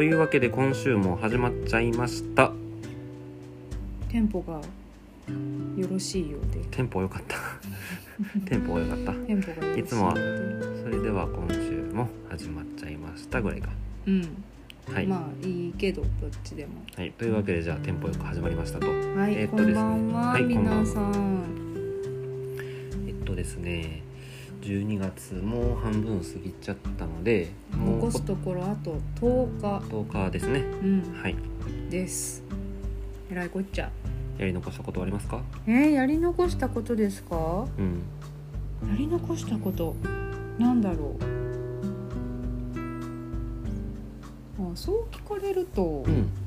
というわけで今週も始まっちゃいました。 テンポがよろしいようで。 テンポ良かったテンポ良かったテンポがよろしいようで。 いつもはそれでは今週も始まっちゃいましたぐらいか。はい、 まあいいけどどっちでも。 はい、というわけでじゃあテンポよく始まりましたと。 はい、こんばんは、 はい、 皆さん。 ですね、12月もう半分過ぎちゃったので、もう残すところあと10 日ですね。はい。 です。えらいこっちゃ。 やり残したことはありますか？ やり残したことですか？やり残したことなんだろう。そう聞かれると、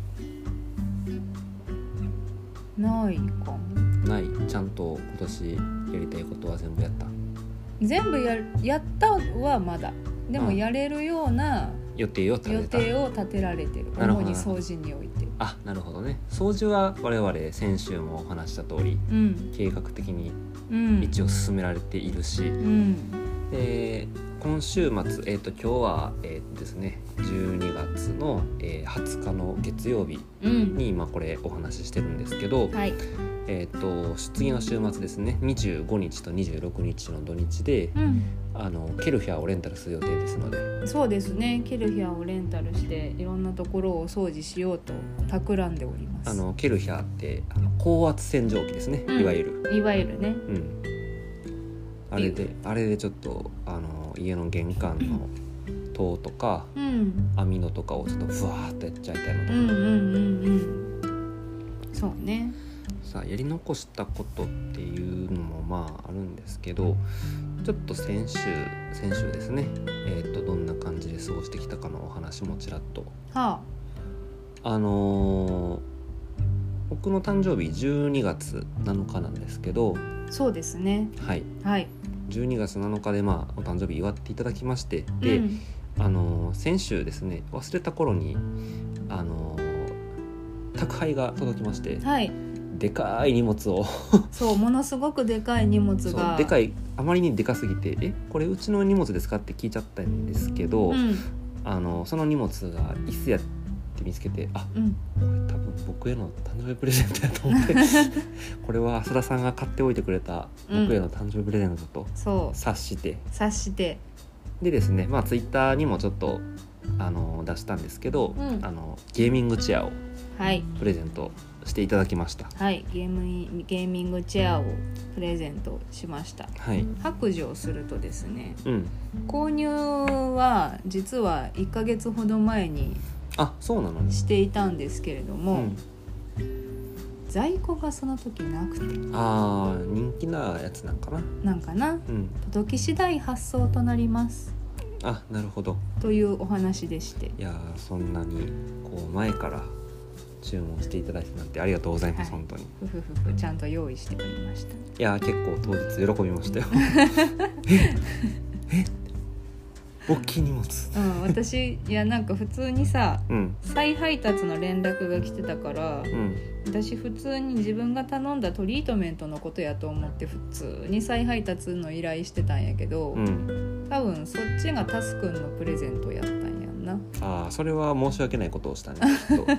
ないかも。 ない。ちゃんと今年やりたいことは全部やった。 全部やったはまだ。でもやれるような予定を立てられてる。主に掃除において。 あ、なるほどね。掃除は我々先週もお話した通り、計画的に一応進められているし、今週末、今日は、ですね、12月の、20日の月曜日に今これお話ししてるんですけど、次の週末ですね、25日と26日の土日で、ケルヒャーをレンタルする予定ですので。 そうですね、ケルヒャーをレンタルしていろんなところを掃除しようと企んでおります。 ケルヒャーって高圧洗浄機ですね、いわゆるね、あれでちょっと家の玄関の戸とか、網戸とかをちょっとふわーっとやっちゃいたいのとか、 そうね。 さあ、やり残したことっていうのもまああるんですけど、ちょっと先週ですね、どんな感じで過ごしてきたかのお話もちらっと、僕の誕生日12月7日なんですけど。そうですね、はい12月7日でまあお誕生日祝っていただきまして、で、先週ですね、忘れた頃に宅配が届きまして、でかい荷物をそうものすごくでかい荷物がでかい、あまりにでかすぎてこれうちの荷物ですかって聞いちゃったんですけど、その荷物が椅子やって見つけて、これ多分僕への誕生日プレゼントやと思ってこれは浅田さんが買っておいてくれた僕への誕生日プレゼントと察してでですね、まあツイッターにもちょっと出したんですけど、ゲーミングチェアをプレゼントしていただきました。 ゲーミングチェアをプレゼントしました。白状するとですね、購入は実は1ヶ月ほど前にしていたんですけれども、在庫がその時なくて、 人気なやつなんかな、 届き次第発送となります。 なるほどというお話でして、 いやそんなにこう前から注文していただいてなんてありがとうございます、本当にちゃんと用意しておりました。 いや結構当日喜びましたよ大きい荷物、 私なんか普通にさ、再配達の連絡が来てたから、私普通に自分が頼んだトリートメントのことやと思って普通に再配達の依頼してたんやけど、多分そっちがタスくんのプレゼントやったんやんな。 それは申し訳ないことをしたね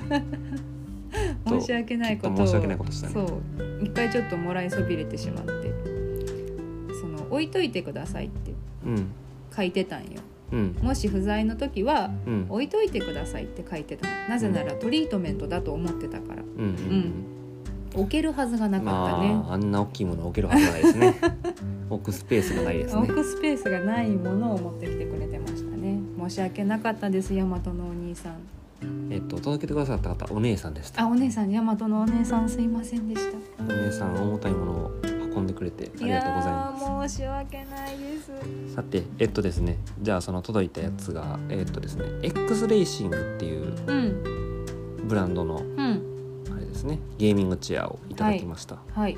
申し訳ないことをしたね。 そう一回ちょっともらいそびれてしまって、置いといてくださいって書いてたんよ。もし不在の時は、置いといてくださいって書いてたの。なぜならトリートメントだと思ってたから、置けるはずがなかったね。 あんな大きいもの置けるはずがないですね置くスペースがないですね。 置くスペースがないものを持ってきてくれてましたね。申し訳なかったです、大和のお兄さん。 届けてくださった方お姉さんでした。 お姉さん、大和のお姉さん、すいませんでした。 お姉さん重たいものを運んでくれてありがとうございます。 申し訳ないです。 さてですね、じゃあその届いたやつがですね X レーシングっていうブランドの、あれですね、ゲーミングチェアをいただきました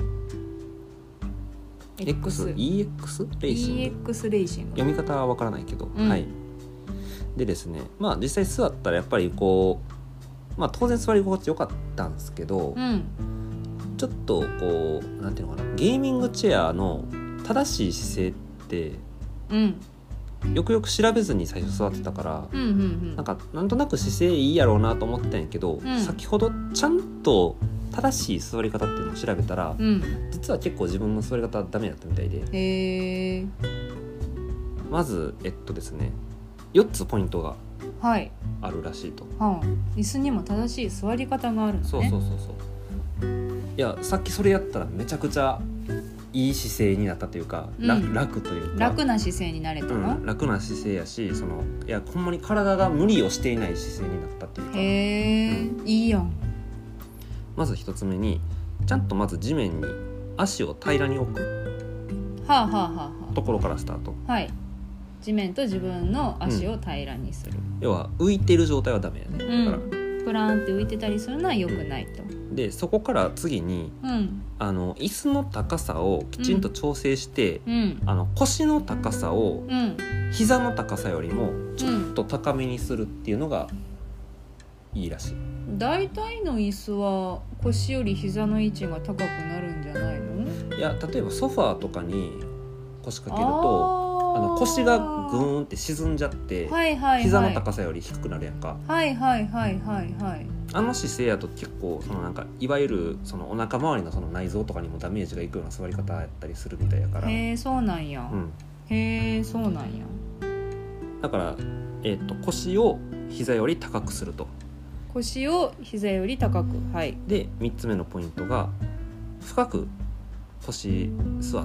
。EX レーシング、 EX レーシング、 読み方はわからないけど、でですね、まあ実際座ったらやっぱりこう、当然座り心地良かったんですけど、ちょっとこうなんていうのかな、ゲーミングチェアの正しい姿勢って、 よくよく調べずに最初座ってたから、 うんうんうん、 なんとなく姿勢いいやろうなと思ってたんやけど、先ほどちゃんと正しい座り方っていうのを調べたら、実は結構自分の座り方ダメだったみたいで、まずですね4つポイントがあるらしいと、 椅子にも正しい座り方があるのね。 そういやさっきそれやったらめちゃくちゃいい姿勢になったというか、楽というか楽な姿勢になれたの、 楽な姿勢やし、いやほんまに体が無理をしていない姿勢になったっていうか、 いいやん。 まず一つ目にちゃんとまず地面に足を平らに置くところからスタート。 地面と自分の足を平らにする、 要は浮いてる状態はダメやね、だからプランって浮いてたりするのは良くないと。 でそこから次に、椅子の高さをきちんと調整して、腰の高さを、膝の高さよりもちょっと高めにするっていうのがいいらしい。 大体の椅子は腰より膝の位置が高くなるんじゃないの？ いや例えばソファーとかに腰掛けると腰がグーンって沈んじゃって、膝の高さより低くなるやんか。あの姿勢やと結構いわゆるお腹周りの内臓とかにもダメージがいくような座り方やったりするみたいやから。 そうなんや、そうなんや。 だから、腰を膝より高くすると。 腰を膝より高く、 で3つ目のポイントが深く腰座って、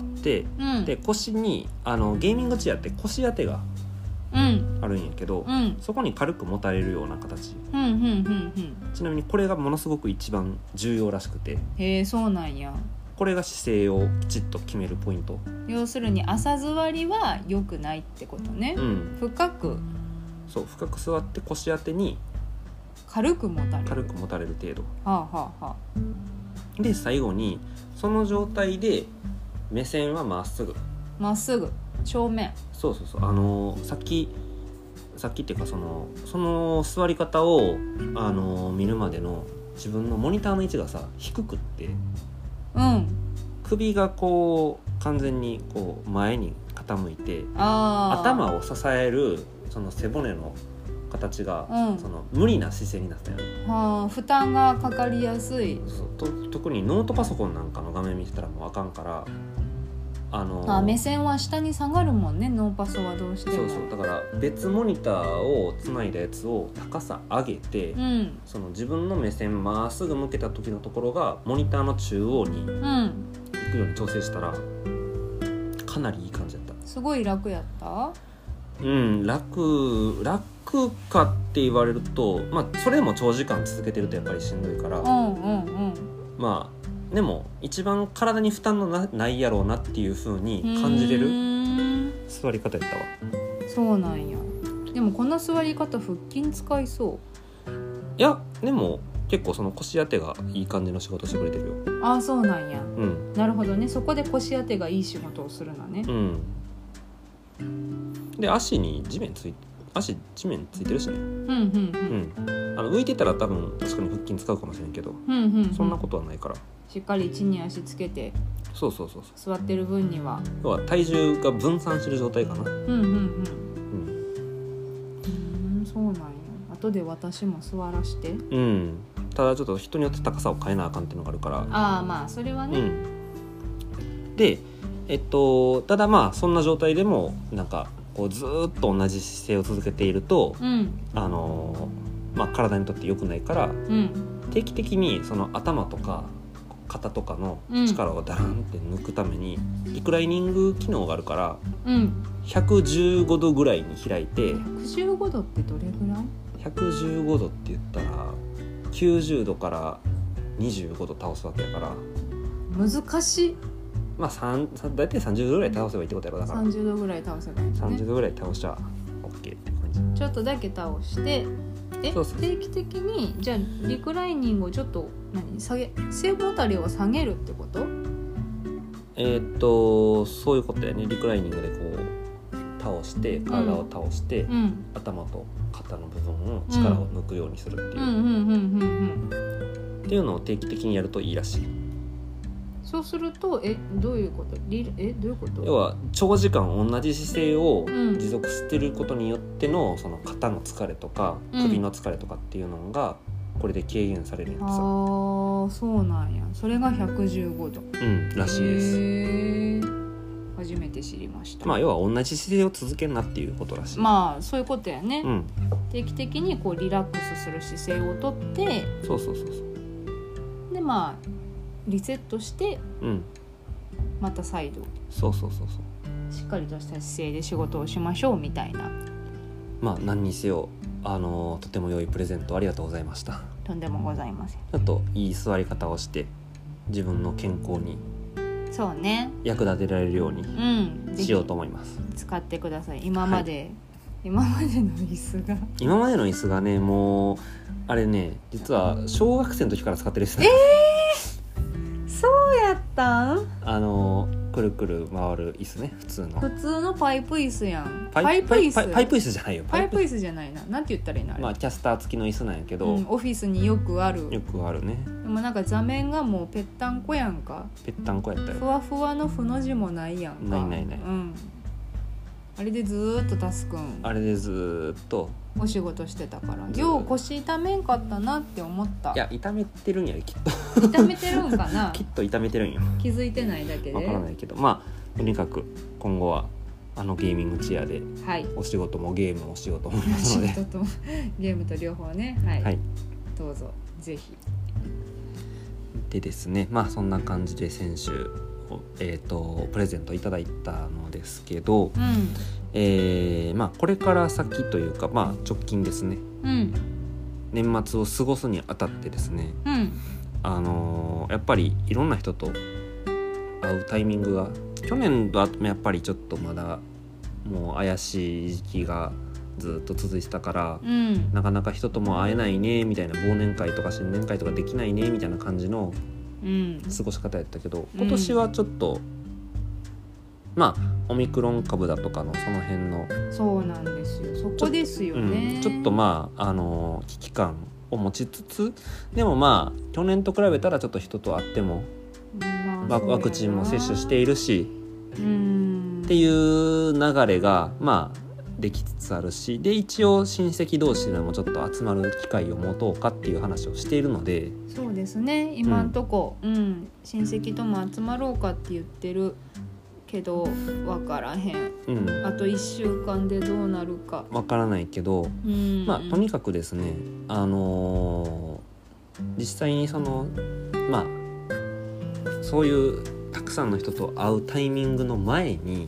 で腰にゲーミングチェアって腰当てがあるんやけど、そこに軽く持たれるような形、ちなみにこれがものすごく一番重要らしくて。 そうなんや。 これが姿勢をきちっと決めるポイント。 要するに朝座りは良くないってことね、深く座って腰当てに軽く持たれる程度、で最後にその状態で目線はまっすぐ正面。さっきっていうかその座り方を見るまでの自分のモニターの位置がさ低くって、首がこう完全にこう前に傾いて、頭を支えるその背骨の形が、無理な姿勢になったよね。 負担がかかりやすい。 特にノートパソコンなんかの画面見てたらもうあかんから、 目線は下に下がるもんね、ノーパソはどうしても。 だから別モニターをつないだやつを高さ上げて、その自分の目線まっすぐ向けた時のところがモニターの中央に行くように調整したら、かなりいい感じだった。 すごい楽やった？ 楽かって言われると、それでも長時間続けてるとやっぱりしんどいから、でも一番体に負担のないやろうなっていう風に感じれる座り方やったわ。 そうなんや。でもこんな座り方腹筋使いそう。 いやでも結構その腰当てがいい感じの仕事してくれてるよ。 そうなんや、なるほどね。そこで腰当てがいい仕事をするのね。 で足地面ついてるしね。浮いてたら多分確かに腹筋使うかもしれんけど、そんなことはないからしっかり地に足つけて座ってる分には、 要は体重が分散してる状態かな。そうなんや。後で私も座らして。 ただちょっと人によって高さを変えなあかんっていうのがあるから。 それはね。 でただそんな状態でもこうずっと同じ姿勢を続けていると、体にとって良くないから、定期的にその頭とか肩とかの力をダランって抜くためにリクライニング機能があるから、115度ぐらいに開いて。 115度ってどれぐらい ？115度って言ったら90度から25度倒すわけやから。 難しい。 大体30度ぐらい倒せばいいってことやろ。だから 30度ぐらい倒せばいいんだね。 30度ぐらい倒しちゃ OK って感じ。 ちょっとだけ倒して定期的にじゃあリクライニングをちょっと背もたれを下げるってこと？ そういうことやね。リクライニングでこう倒して体を倒して、頭と肩の部分を力を抜くようにするっていう、っていうのを定期的にやるといいらしい。 そうするとどういうこと？どういうこと？ 要は長時間同じ姿勢を持続してることによっての、その肩の疲れとか首の疲れとかっていうのがこれで軽減されるんですよ。 ああ、そうなんや。それが115度。 らしいです。 初めて知りました。 まあ要は同じ姿勢を続けるなっていうことらしい。 まあそういうことやね。定期的にこうリラックスする姿勢をとって、 そうでまあリセットして、また再度そうしっかりとした姿勢で仕事をしましょうみたいな。 まあ何にせよとても良いプレゼントありがとうございました。 とんでもございません。 ちょっといい座り方をして自分の健康にそうね役立てられるようにしようと思います。 使ってください。今までの椅子がね、もうあれね、実は小学生の時から使ってる椅子。 そうやったん？ くるくる回る椅子ね、普通のパイプ椅子やん。 パイプ椅子じゃないよ。 パイプ椅子じゃないな。なんて言ったらいいのあれ。 まあキャスター付きの椅子なんやけど、 オフィスによくあるね。 でもなんか座面がもうぺったんこやんか。 ぺったんこやったよ。 ふわふわのふの字もないやんか。 ない。 あれでずっとタスくん。 あれでずっとお仕事してたから。よう腰痛めんかったなって思った。 いや痛めてるんやきっと。 痛めてるんかな。 きっと痛めてるんよ。 気づいてないだけで。 わからないけど、まあとにかく今後はゲーミングチェアで、お仕事もゲームもしようと思いますので。 ゲームと両方ね。はい。どうぞぜひ。 でですね、まあそんな感じで先週プレゼントいただいたのですけど、まあこれから先というか、まあ直近ですね、年末を過ごすにあたってですね、やっぱりいろんな人と会うタイミングが、去年はやっぱりちょっとまだもう怪しい時期がずっと続いてたから、なかなか人とも会えないねみたいな、忘年会とか新年会とかできないねみたいな感じの過ごし方やったけど、今年はちょっとまあオミクロン株だとかのその辺の、 そうなんですよ、そこですよね、 ちょっとまあ危機感を持ちつつ、でもまあ去年と比べたらちょっと人と会っても、ワクチンも接種しているしっていう流れがまあできつつあるし、で一応親戚同士でもちょっと集まる機会を持とうかっていう話をしているので、 そうですね、今んとこ、親戚とも集まろうかって言ってるけど分からへん、あと1週間でどうなるか分からないけど、まあとにかくですね、実際にそのまあそういうたくさんの人と会うタイミングの前に、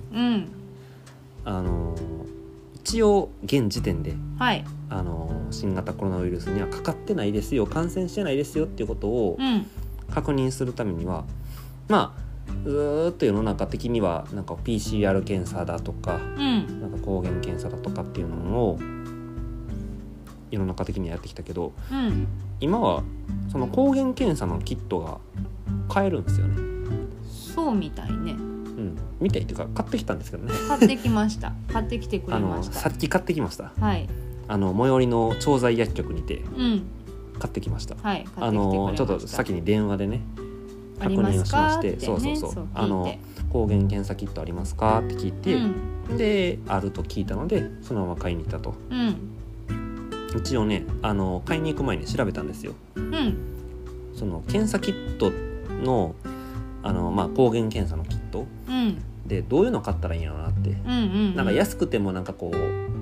一応現時点で、新型コロナウイルスにはかかってないですよ、感染してないですよっていうことを確認するためには、まあずっと世の中的にはなんか PCR 検査だとか、なんか抗原検査だとかっていうのを世の中的にはやってきたけど、今はその抗原検査のキットが買えるんですよね。 そうみたいね。 みたいっていうか買ってきたんですけどね。 買ってきました。買ってきてくれました。 さっき買ってきました。 はい。 最寄りの調剤薬局にて買ってきました。 はい。買ってきてくれました。 ちょっと先に電話でね確認をしまして、そう抗原検査キットありますかって聞いて、であると聞いたのでそのまま買いに行ったと。一応ね買いに行く前に調べたんですよ。その検査キットの抗原検査のキット、でどういうの買ったらいいんやろうなって、なんか安くてもなんかこ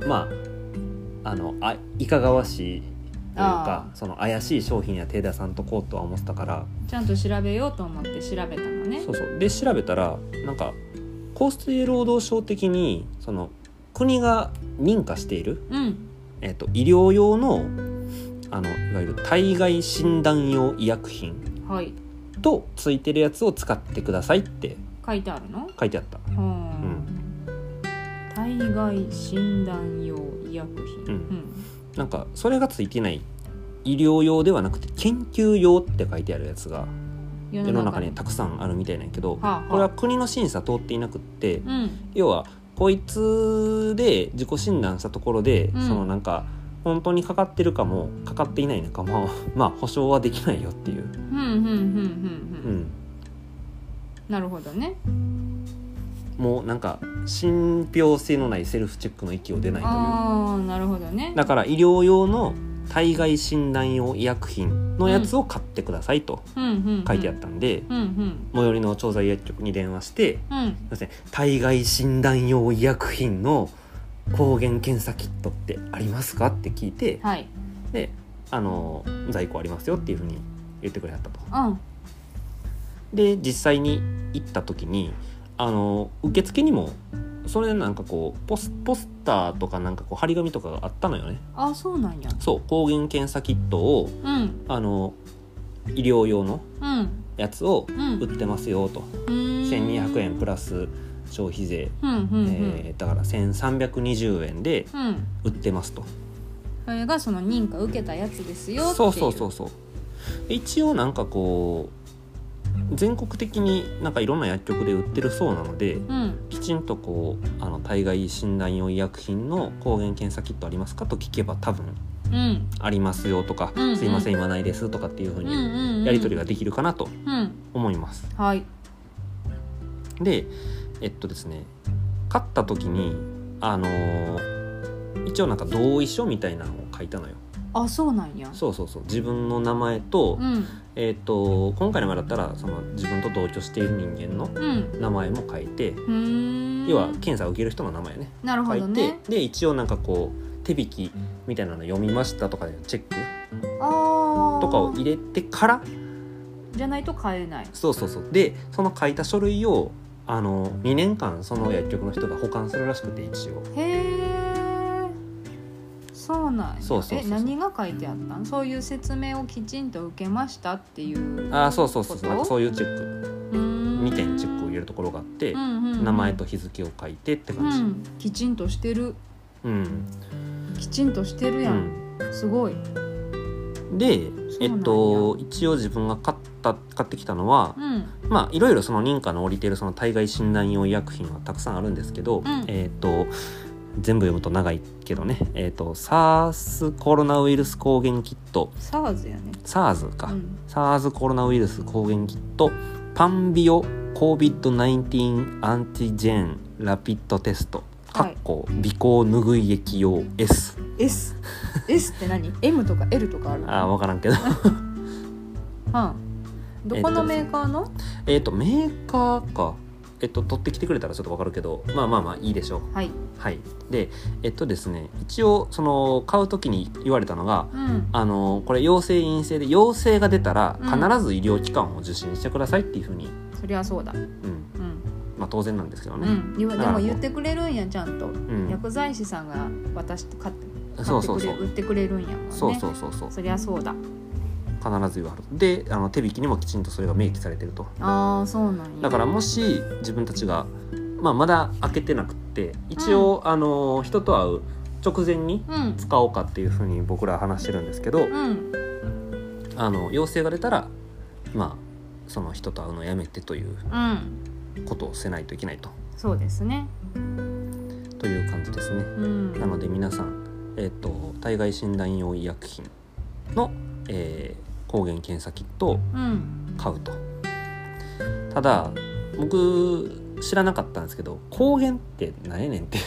ういかがわしいというか、その怪しい商品や手出さんとこうとは思ってたから、 ちゃんと調べようと思って調べたのね。 そうで調べたらなんか厚生労働省的にその国が認可している、医療用のいわゆる体外診断用医薬品、とついてるやつを使ってくださいって書いてあるの？ 書いてあった。 体外診断用医薬品、 なんかそれがついてない医療用ではなくて研究用って書いてあるやつが世の中にたくさんあるみたいなんやけど、これは国の審査通っていなくって、要はこいつで自己診断したところで、そのなんか本当にかかってるかもかかっていないのかもまあ保証はできないよっていう、 なるほどね。 もうなんか信憑性のないセルフチェックの域を出ないという。 ああ、なるほどね。 だから医療用の体外診断用医薬品のやつを買ってくださいと書いてあったんで、最寄りの調剤薬局に電話して、体外診断用医薬品の抗原検査キットってありますかって聞いて、 はい、 で在庫ありますよっていうふうに言ってくれはったと、で実際に行った時に受付にもそれでなんかこうポスターとかなんかこう張り紙とかがあったのよね。 あ、そうなんや。 そう、抗原検査キットを、医療用のやつを売ってますよと、1200円プラス消費税、だから1320円で売ってますと、 それがその認可受けたやつですよっていう。 そう一応なんかこう全国的になんかいろんな薬局で売ってるそうなので、きちんとこう体外診断用医薬品の抗原検査キットありますかと聞けば多分、ありますよとか、すいません今ないですとかっていう風にやり取りができるかなと思います。 はい。 でですね、買った時に一応なんか同意書みたいなのを書いたのよ。 あ、そうなんや。 そう自分の名前と、今回の場合だったらその自分と同居している人間の名前も書いて、要は検査を受ける人の名前ね、 なるほどね、 書いて、で一応なんかこう手引きみたいなの読みましたとかでチェックとかを入れてからじゃないと買えない。 そうでその書いた書類を2年間その薬局の人が保管するらしくて、一応。 へー、そうなんや。 そう何が書いてあったん？そういう説明をきちんと受けましたっていう。 そうなんかそういうチェック2点チェックを入れるところがあって、名前と日付を書いてって感じ、きちんとしてる、きちんとしてるやん、すごい。で一応自分が買ってきたのは、まあいろいろその認可の下りているその体外診断用医薬品はたくさんあるんですけど、全部読むと長いけどね、SARS コロナウイルス抗原キット、 SARS やね、 SARS か、SARS コロナウイルス抗原キット、パンビオ COVID-19 アンティジェンラピッドテスト微光拭い液用 S って何？ M とか L とかある？ 分からんけどどこのメーカーの？ メーカーか、取ってきてくれたらちょっと分かるけど、まあいいでしょう。はい、でですね、一応その買う時に言われたのが、これ陽性陰性で陽性が出たら必ず医療機関を受診してくださいっていうふうに、 そりゃそうだ、 まあ当然なんですけどね、 でも言ってくれるんや、ちゃんと、薬剤師さんが渡して買って売ってくれるんやもんね。そうそりゃそうだ、 必ず言わはる。で手引きにもきちんとそれが明記されてると。 そうなんや。 だからもし自分たちが、まだ開けてなくって一応、人と会う直前に使おうかっていうふうに僕らは話してるんですけど、陽性が出たらその人と会うのをやめてということをせないといけないと。 そうですね、 という感じですね、なので皆さん、体外診断用医薬品の、抗原検査キットを買うと、ただ僕知らなかったんですけど、抗原って何やねんっていう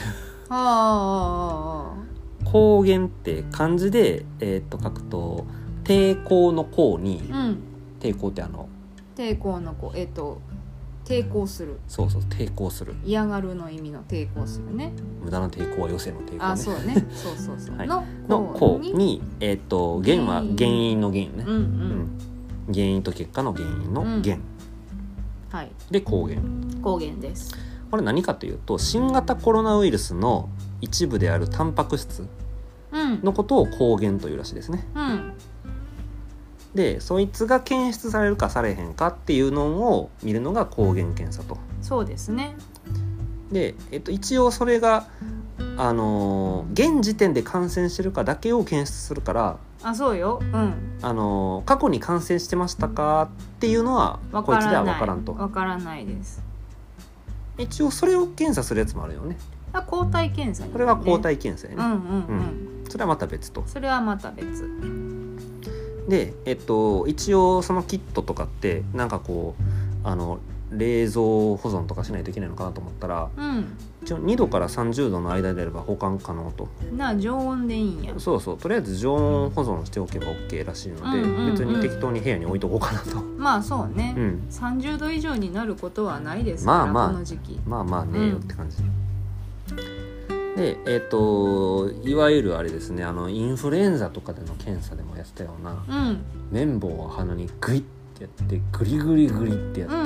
抗原って漢字で、書くと抵抗の抗に、抵抗って抵抗の抗、抵抗する、 抵抗する、 嫌がるの意味の抵抗するね。 無駄な抵抗は余生の抵抗ね。 そうね、そう、 の抗に、原は原因の原ね、原因と結果の原因の原、で抗原です。これ何かというと、新型コロナウイルスの一部であるタンパク質のことを抗原というらしいですね、でそいつが検出されるかされへんかっていうのを見るのが抗原検査と。 そうですね。 で、一応それが現時点で感染してるかだけを検出するから、 そうよ、 過去に感染してましたかっていうのはこいつでは分からんと。 分からないです。 一応それを検査するやつもあるよね。 抗体検査、 これは抗体検査やね、それはまた別と。 それはまた別で、一応そのキットとかってなんかこう冷蔵保存とかしないといけないのかなと思ったら、一応2度から30度の間であれば保管可能と。 常温でいいんや。 そうそう、とりあえず常温保存しておけば OK らしいので、別に適当に部屋に置いとこうかなと。 まあそうね、30度以上になることはないですから、この時期まあねえよって感じで、いわゆるあれですね、インフルエンザとかでの検査でもやってたような、綿棒を鼻にグイッてやってグリグリグリってやって、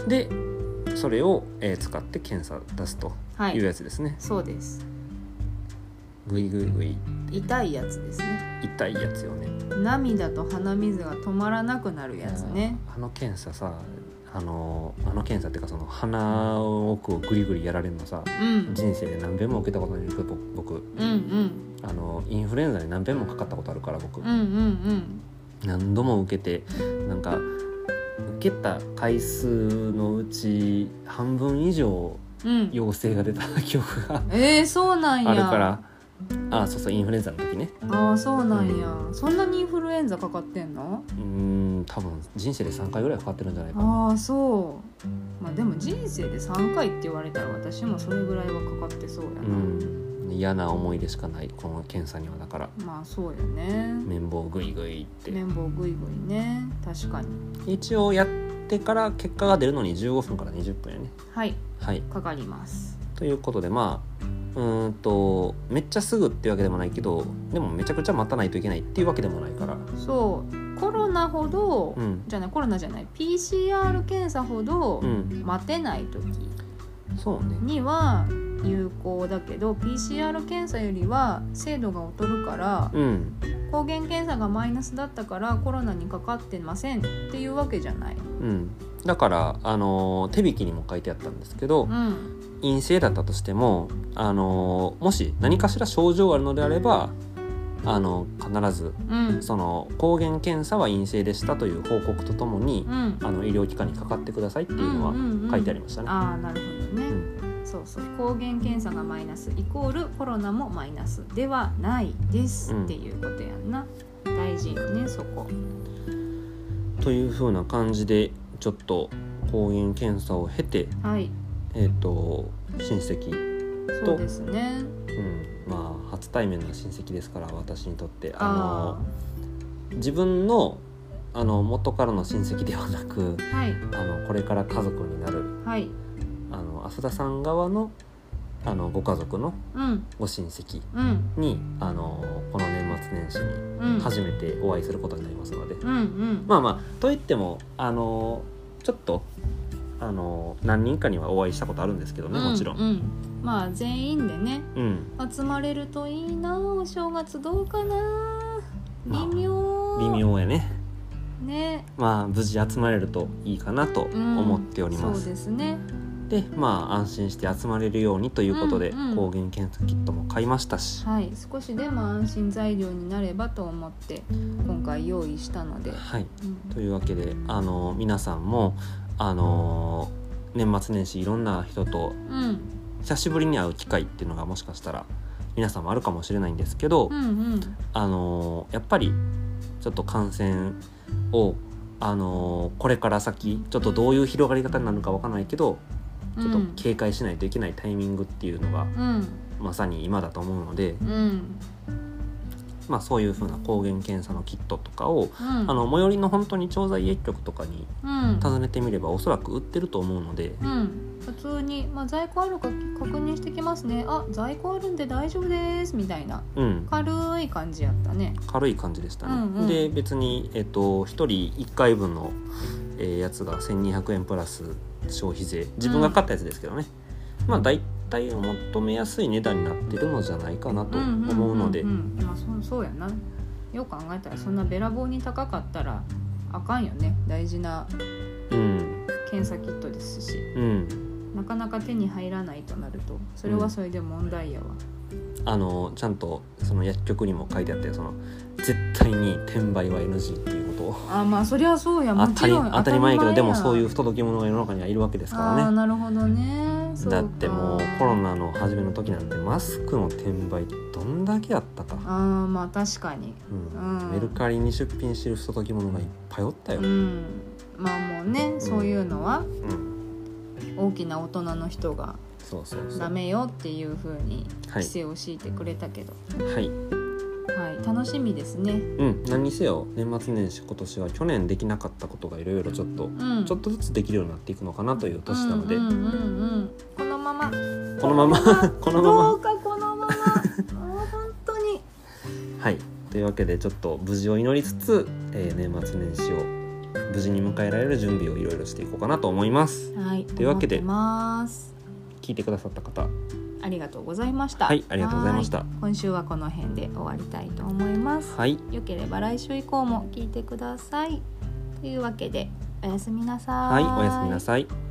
でそれを、使って検査出すというやつですね。 そうです。 グイグイグイ、 痛いやつですね。 痛いやつよね。 涙と鼻水が止まらなくなるやつね。 検査さ、検査っていうか、その鼻の奥をグリグリやられるのさ、人生で何遍も受けたことないけど僕、インフルエンザに何遍もかかったことあるから僕、何度も受けて、なんか受けた回数のうち半分以上陽性が出た記憶が、 そうなんや。 あるから。そうインフルエンザの時ね。 そうなんや、そんなにインフルエンザかかってんの？ 多分人生で3回ぐらいかかってるんじゃないかな。 そう。でも人生で3回って言われたら私もそれぐらいはかかってそうやな。 嫌な思い出しかないこの検査には。だからそうよね。 綿棒グイグイって。 綿棒グイグイね、確かに。 一応やってから結果が出るのに15分から20分やね。はい、 かかります。 ということで、めっちゃすぐっていうわけでもないけど、でもめちゃくちゃ待たないといけないっていうわけでもないから。そうコロナほど、コロナじゃない PCR 検査ほど待てない時には有効だけど、PCR 検査よりは精度が劣るから、抗原検査がマイナスだったからコロナにかかってませんっていうわけじゃない。だから手引きにも書いてあったんですけど、陰性だったとしても、もし何かしら症状があるのであれば必ず、その抗原検査は陰性でしたという報告とともに、医療機関にかかってくださいっていうのは書いてありましたね。 なるほどね。そう抗原検査がマイナスイコールコロナもマイナスではないですっていうことやんな。大事よね、そこ。 という風な感じでちょっと抗原検査を経て、親戚と、 そうですね、 初対面の親戚ですから、私にとって自分の元からの親戚ではなく、これから家族になる、浅田さん側のご家族のご親戚に、この年末年始に初めてお会いすることになりますので、といってもちょっと何人かにはお会いしたことあるんですけどね、もちろん、 全員でね、集まれるといいな。お正月どうかな、微妙やね。無事集まれるといいかなと思っております。 そうですね。 で安心して集まれるようにということで、抗原検査キットも買いましたし、 少しでも安心材料になればと思って今回用意したので、 というわけで皆さんも年末年始いろんな人と久しぶりに会う機会っていうのがもしかしたら皆さんもあるかもしれないんですけど、やっぱりちょっと感染をこれから先ちょっとどういう広がり方になるのか分からないけど、ちょっと警戒しないといけないタイミングっていうのが、まさに今だと思うので、そういう風な抗原検査のキットとかを、最寄りの本当に調剤薬局とかに訪ねてみればおそらく売ってると思うので、 普通に、在庫あるか確認してきますね、在庫あるんで大丈夫ですみたいな、軽い感じやったね。 軽い感じでしたね。で別に、1人1回分の、やつが1200円プラス消費税、自分が買ったやつですけどね、だいたい求めやすい値段になってるのじゃないかなと思うので、 そうやな。よく考えたらそんなべらぼうに高かったらあかんよね。大事な検査キットですし、なかなか手に入らないとなるとそれはそれで問題やわ。 ちゃんとその薬局にも書いてあって、その絶対に転売は NG っていうことを。 そりゃそうや、もちろん当たり前やけど、でもそういう不届き者が世の中にはいるわけですからね。 なるほどね。 だってもうコロナの初めの時なんてマスクの転売どんだけあったか。 確かに、 メルカリに出品してる不届き者がいっぱいおったよ。 もうね、そういういうのは、大きな大人の人がダメよっていう風に規制を敷いてくれたけど、はい、はい、楽しみですね。 何にせよ年末年始今年は去年できなかったことがいろいろちょっとずつできるようになっていくのかなという年なので、 このままどうかこのまま本当にはい、というわけでちょっと無事を祈りつつ、年末年始を無事に迎えられる準備をいろいろしていこうかなと思います。 はい、 というわけで聞いてくださった方ありがとうございました。 はい、ありがとうございました。 今週はこの辺で終わりたいと思います。 はい、 よければ来週以降も聞いてください。というわけでおやすみなさい。 はい、おやすみなさい。